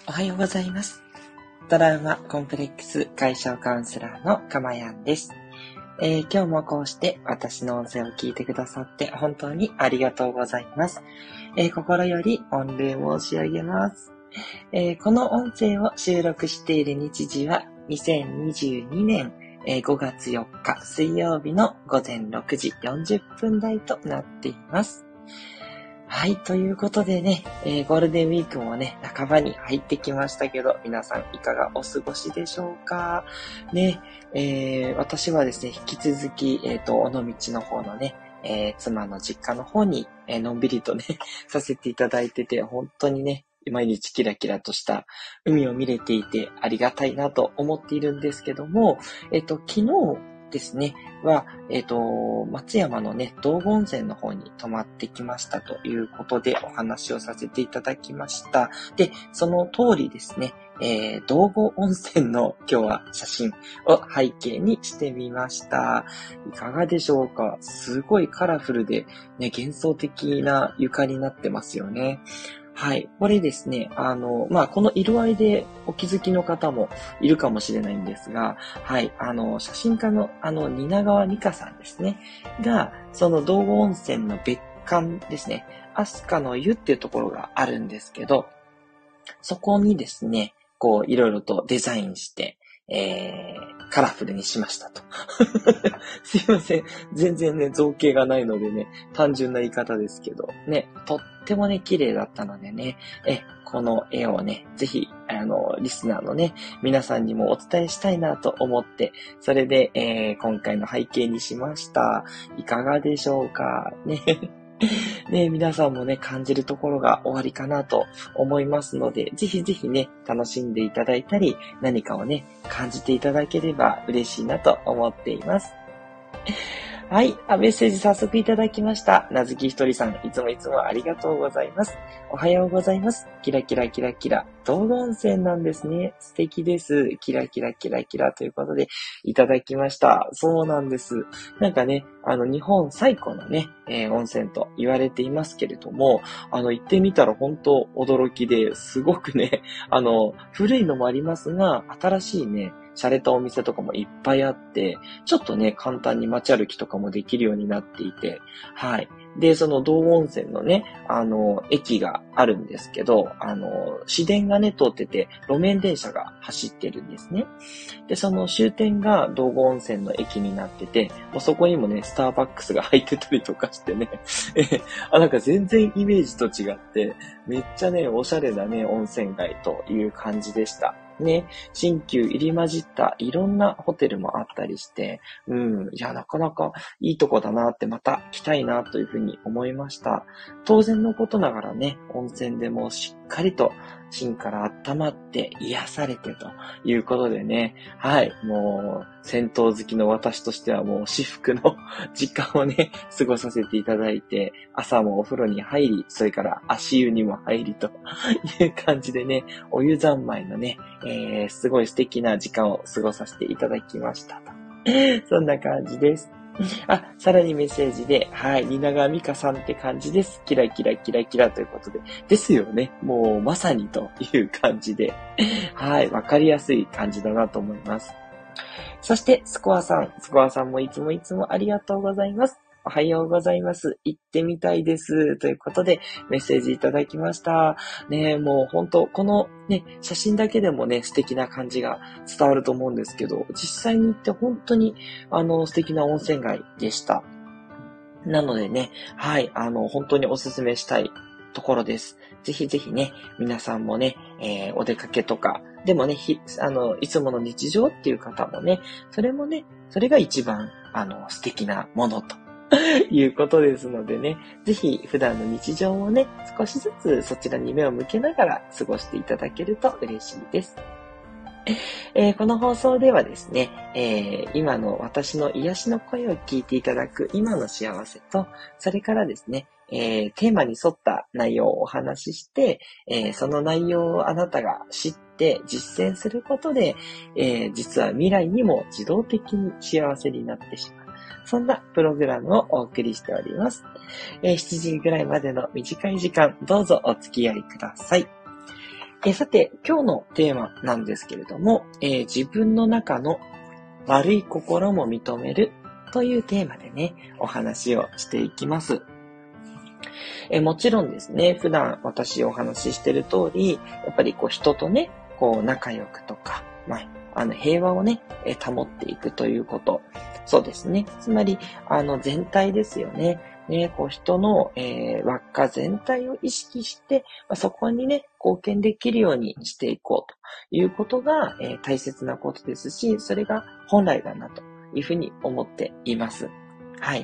おはようございます。トラウマコンプレックス解消カウンセラーのかまやんです。今日もこうして私の音声を聞いてくださって本当にありがとうございます。心より御礼申し上げます。この音声を収録している日時は2022年5月4日水曜日の午前6時40分台となっています。はい、ということでね、ゴールデンウィークもね、半ばに入ってきましたけど、皆さんいかがお過ごしでしょうかね、私はですね、引き続き、尾道の方のね、妻の実家の方に、のんびりとね、させていただいてて、本当にね、毎日キラキラとした海を見れていてありがたいなと思っているんですけども、昨日ですね、は、松山のね、道後温泉の方に泊まってきましたということでお話をさせていただきました。で、その通りですね、道後温泉の今日は写真を背景にしてみました。いかがでしょうか？すごいカラフルでね、幻想的な床になってますよね。はい。これですね、この色合いでお気づきの方もいるかもしれないんですが、はい。写真家の蜷川美香さんですね。が、その道後温泉の別館ですね、飛鳥の湯っていうところがあるんですけど、そこにですね、こう、いろいろとデザインして、カラフルにしましたと。すいません。全然ね、造形がないのでね、単純な言い方ですけど、ね、とってもね、綺麗だったのでね、この絵をね、ぜひ、リスナーのね、皆さんにもお伝えしたいなと思って、それで、今回の背景にしました。いかがでしょうかね。ね、皆さんもね、感じるところが終わりかなと思いますので、ぜひぜひね、楽しんでいただいたり、何かをね、感じていただければ嬉しいなと思っています。はい、メッセージ早速いただきました。なずきひとりさん、いつもいつもありがとうございます。おはようございます。キラキラキラキラ。道後温泉なんですね。素敵です。キラキラキラキラということでいただきました。そうなんです。なんかね、日本最古のね、温泉と言われていますけれども、行ってみたら本当驚きで、すごくね、古いのもありますが、新しいね、洒落たお店とかもいっぱいあって、ちょっとね、簡単に街歩きとかもできるようになっていて、はい。で、その道後温泉のね、駅があるんですけど、市電がね、通ってて、路面電車が走ってるんですね。で、その終点が道後温泉の駅になってて、もうそこにもね、スターバックスが入ってたりとかしてね、なんか全然イメージと違って、めっちゃね、おしゃれなね、温泉街という感じでした。ね、新旧入り混じったいろんなホテルもあったりして、いや、なかなかいいとこだなってまた来たいなというふうに思いました。当然のことながらね、温泉でもしっかりと芯から温まって癒されてということでね、はい、もう銭湯好きの私としてはもう至福の時間をね、過ごさせていただいて、朝もお風呂に入り、それから足湯にも入りという感じでね、お湯三昧のね、すごい素敵な時間を過ごさせていただきましたと。そんな感じです。さらにメッセージで、はい、蜷川美香さんって感じです。キラキラキラキラということで。ですよね。もうまさにという感じで。はい、わかりやすい感じだなと思います。そして、スコアさんもいつもいつもありがとうございます。おはようございます。行ってみたいです。ということで、メッセージいただきました。ね、もう本当このね、写真だけでもね、素敵な感じが伝わると思うんですけど、実際に行って本当に、素敵な温泉街でした。なのでね、はい、本当におすすめしたいところです。ぜひぜひね、皆さんもね、お出かけとか、でもね、いつもの日常っていう方もね、それもね、それが一番、素敵なものということですのでね、ぜひ普段の日常をね、少しずつそちらに目を向けながら過ごしていただけると嬉しいです。この放送ではですね、今の私の癒しの声を聞いていただく今の幸せと、それからですね、テーマに沿った内容をお話しして、その内容をあなたが知って実践することで、実は未来にも自動的に幸せになってしまう。そんなプログラムをお送りしております。7時ぐらいまでの短い時間、どうぞお付き合いください。 さて、今日のテーマなんですけれども、自分の中の悪い心も認めるというテーマでね、お話をしていきます。もちろんですね、普段私お話ししてる通り、やっぱり人とね、仲良くとか、平和をね、保っていくということ。そうですね。つまり、全体ですよね。人の、輪っか全体を意識して、そこにね、貢献できるようにしていこうということが、大切なことですし、それが本来だなというふうに思っています。はい。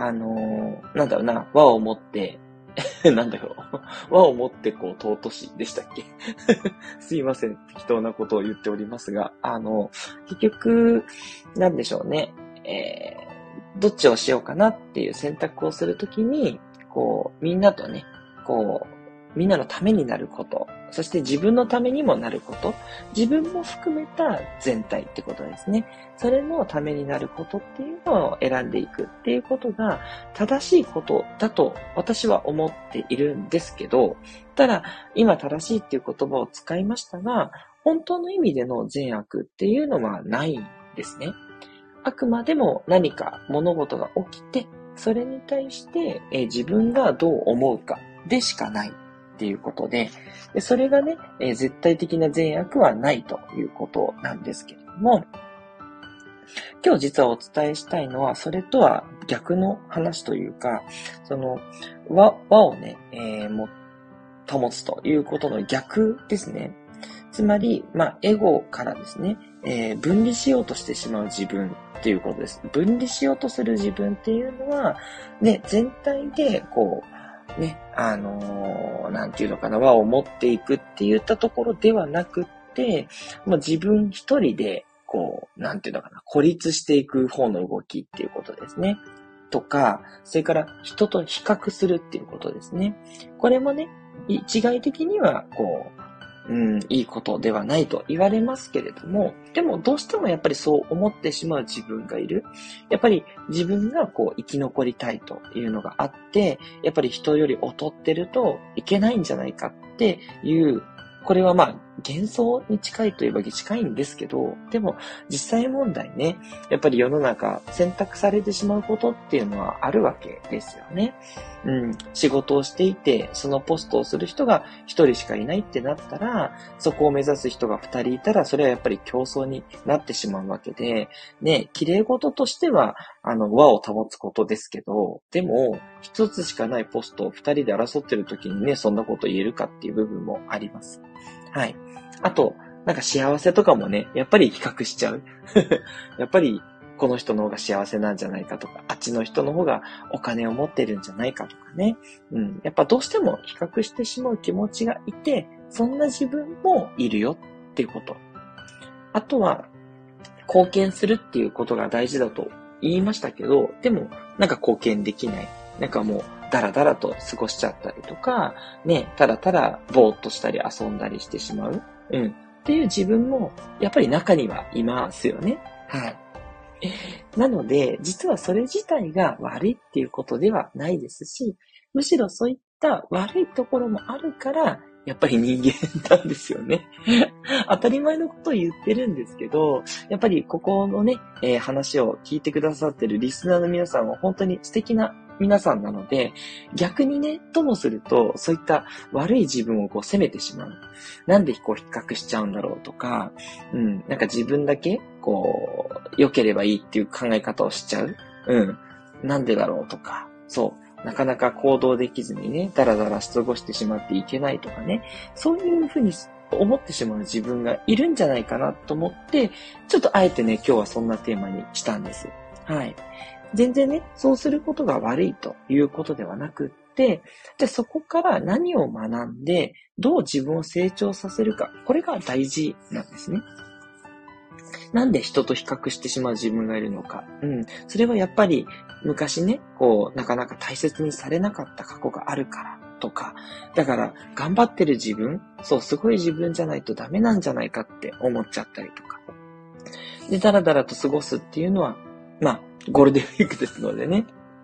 輪を持って、輪を持って尊しでしたっけすいません。適当なことを言っておりますが、結局、なんでしょうね。どっちをしようかなっていう選択をするときに、みんなとね、みんなのためになること、そして自分のためにもなること、自分も含めた全体ってことですね。それのためになることっていうのを選んでいくっていうことが正しいことだと私は思っているんですけど、ただ今正しいっていう言葉を使いましたが、本当の意味での善悪っていうのはないんですね。あくまでも何か物事が起きて、それに対して、自分がどう思うかでしかないっていうことで、それがね、絶対的な善悪はないということなんですけれども、今日実はお伝えしたいのは、それとは逆の話というか、輪をね、保つということの逆ですね。つまり、エゴからですね、分離しようとしてしまう自分っていうことです。分離しようとする自分っていうのは、ね、全体で、なんていうのかな、輪を持っていくって言ったところではなくって、自分一人で、なんていうのかな、孤立していく方の動きっていうことですね。とか、それから人と比較するっていうことですね。これもね、一概的には、いいことではないと言われますけれども、でもどうしてもやっぱりそう思ってしまう自分がいる。やっぱり自分が生き残りたいというのがあって、やっぱり人より劣ってるといけないんじゃないかっていう、これは幻想に近いといえば近いんですけど、でも実際問題ね、やっぱり世の中選択されてしまうことっていうのはあるわけですよね。仕事をしていて、そのポストをする人が一人しかいないってなったら、そこを目指す人が二人いたら、それはやっぱり競争になってしまうわけで、ね、綺麗事としては、輪を保つことですけど、でも、一つしかないポストを二人で争ってる時にね、そんなこと言えるかっていう部分もあります。はい。あと、幸せとかもね、やっぱり比較しちゃう。やっぱり、この人の方が幸せなんじゃないかとか、あっちの人の方がお金を持ってるんじゃないかとかね。やっぱどうしても比較してしまう気持ちがいて、そんな自分もいるよっていうこと。あとは、貢献するっていうことが大事だと言いましたけど、でも、貢献できない。もう、だらだらと過ごしちゃったりとか、ね、ただただぼーっとしたり遊んだりしてしまう。っていう自分も、やっぱり中にはいますよね。はい。なので、実はそれ自体が悪いっていうことではないですし、むしろそういった悪いところもあるから、やっぱり人間なんですよね。当たり前のことを言ってるんですけど、やっぱりここのね、話を聞いてくださってるリスナーの皆さんは本当に素敵な皆さんなので、逆にね、ともすると、そういった悪い自分を責めてしまう。なんで比較しちゃうんだろうとか、自分だけ、良ければいいっていう考え方をしちゃう。なんでだろうとか、なかなか行動できずにね、だらだら過ごしてしまっていけないとかね、そういうふうに思ってしまう自分がいるんじゃないかなと思って、ちょっとあえてね、今日はそんなテーマにしたんです。はい。全然ね、そうすることが悪いということではなくって、じゃあそこから何を学んで、どう自分を成長させるか、これが大事なんですね。なんで人と比較してしまう自分がいるのか。それはやっぱり昔ね、なかなか大切にされなかった過去があるからとか、だから頑張ってる自分、すごい自分じゃないとダメなんじゃないかって思っちゃったりとか。で、だらだらと過ごすっていうのは、ゴールデンウィークですのでね、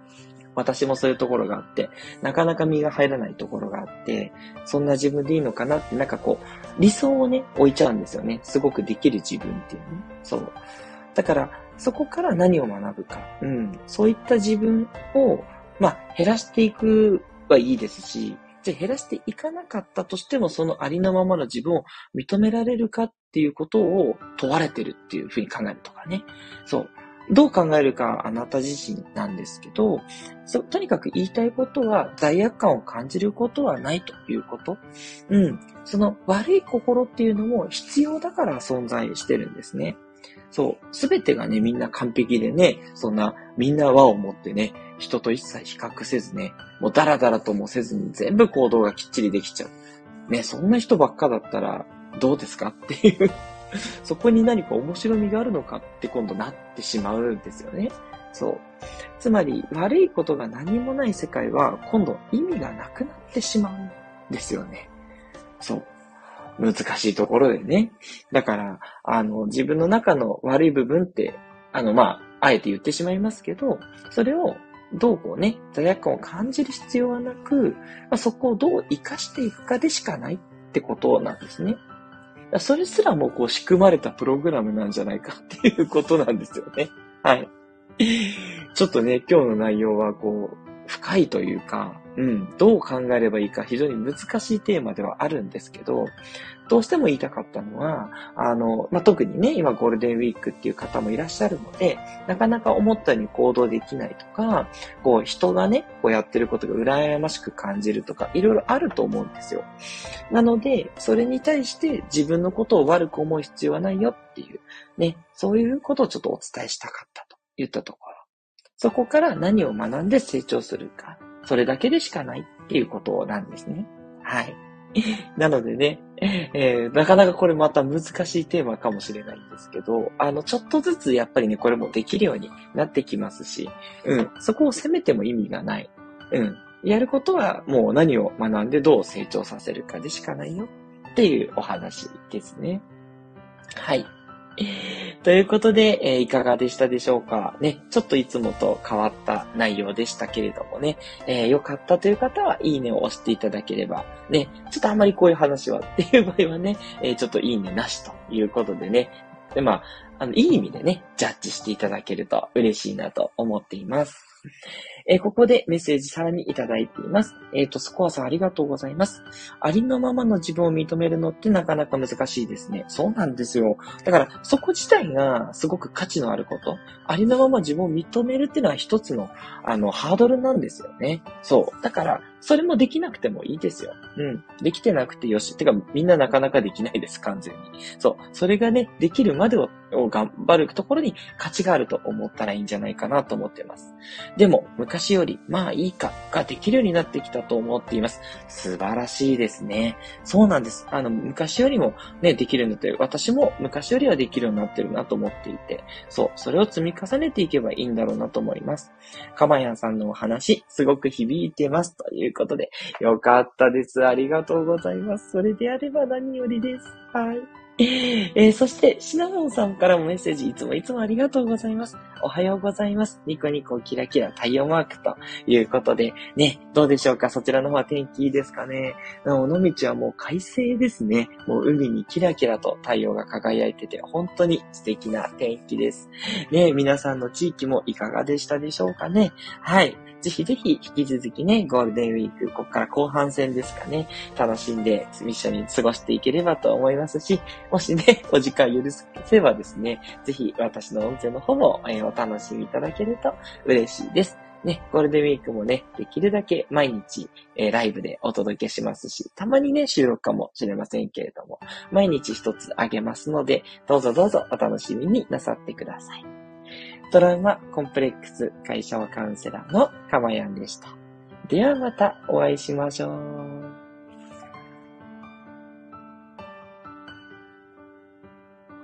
私もそういうところがあって、なかなか身が入らないところがあって、そんな自分でいいのかなって、理想をね、置いちゃうんですよね。すごくできる自分っていうね。そう。だから、そこから何を学ぶか。そういった自分を、減らしていくはいいですし、じゃあ減らしていかなかったとしても、そのありのままの自分を認められるかっていうことを問われてるっていうふうに考えるとかね。そう。どう考えるかあなた自身なんですけど、とにかく言いたいことは罪悪感を感じることはないということ。その悪い心っていうのも必要だから存在してるんですね。そう。すべてがね、みんな完璧でね、みんな輪を持ってね、人と一切比較せずね、もうダラダラともせずに全部行動がきっちりできちゃう。ね、そんな人ばっかだったらどうですかっていう。そこに何か面白みがあるのかって今度なってしまうんですよね。そう。つまり、悪いことが何もない世界は今度意味がなくなってしまうんですよね。そう。難しいところでね。だから、自分の中の悪い部分って、あえて言ってしまいますけど、それをどう罪悪感を感じる必要はなく、そこをどう活かしていくかでしかないってことなんですね。それすらも仕組まれたプログラムなんじゃないかっていうことなんですよね。はい。ちょっとね、今日の内容は深いというか、どう考えればいいか非常に難しいテーマではあるんですけど、どうしても言いたかったのは、特にね、今ゴールデンウィークっていう方もいらっしゃるので、なかなか思ったように行動できないとか、人がね、やってることが羨ましく感じるとか、いろいろあると思うんですよ。なので、それに対して自分のことを悪く思う必要はないよっていう、ね、そういうことをちょっとお伝えしたかったと言ったところ。そこから何を学んで成長するか。それだけでしかないっていうことなんですね。はい。なのでね、なかなかこれまた難しいテーマかもしれないんですけど、ちょっとずつやっぱりね、これもできるようになってきますし、そこを責めても意味がない。やることはもう何を学んでどう成長させるかでしかないよっていうお話ですね。はい。ということで、いかがでしたでしょうかね。ちょっといつもと変わった内容でしたけれどもね。良かったという方は、いいねを押していただければ、ね。ちょっとあんまりこういう話はっていう場合はね、ちょっといいねなしということでね。で、いい意味でね、ジャッジしていただけると嬉しいなと思っています。ここでメッセージさらにいただいています。スコアさんありがとうございます。ありのままの自分を認めるのってなかなか難しいですね。そうなんですよ。だから、そこ自体がすごく価値のあること。ありのまま自分を認めるっていうのは一つの、ハードルなんですよね。そう。だから、それもできなくてもいいですよ。できてなくてよし。てか、みんななかなかできないです、完全に。そう。それがね、できるまでを頑張るところに価値があると思ったらいいんじゃないかなと思っています。でも、昔より、いいかができるようになってきたと思っています。素晴らしいですね。そうなんです。昔よりもね、できるようになってる。私も昔よりはできるようになってるなと思っていて、そう、それを積み重ねていけばいいんだろうなと思います。かまやんさんのお話、すごく響いてます。ということで、よかったです。ありがとうございます。それであれば何よりです。はい。そして、シナモンさんからもメッセージいつもありがとうございます。おはようございます。ニコニコキラキラ太陽マークということで、ね、どうでしょうかそちらの方は天気いいですかね。尾道はもう快晴ですね。もう海にキラキラと太陽が輝いてて、本当に素敵な天気です。ね、皆さんの地域もいかがでしたでしょうかね。はい。ぜひぜひ引き続きね、ゴールデンウィーク、ここから後半戦ですかね、楽しんで一緒に過ごしていければと思いますし、もしね、お時間許せばですね、ぜひ私の音声の方も、お楽しみいただけると嬉しいです。ね、ゴールデンウィークもね、できるだけ毎日、ライブでお届けしますし、たまにね、収録かもしれませんけれども、毎日一つあげますので、どうぞどうぞお楽しみになさってください。トラウマコンプレックス解消カウンセラーのかまやんでした。ではまたお会いしましょう。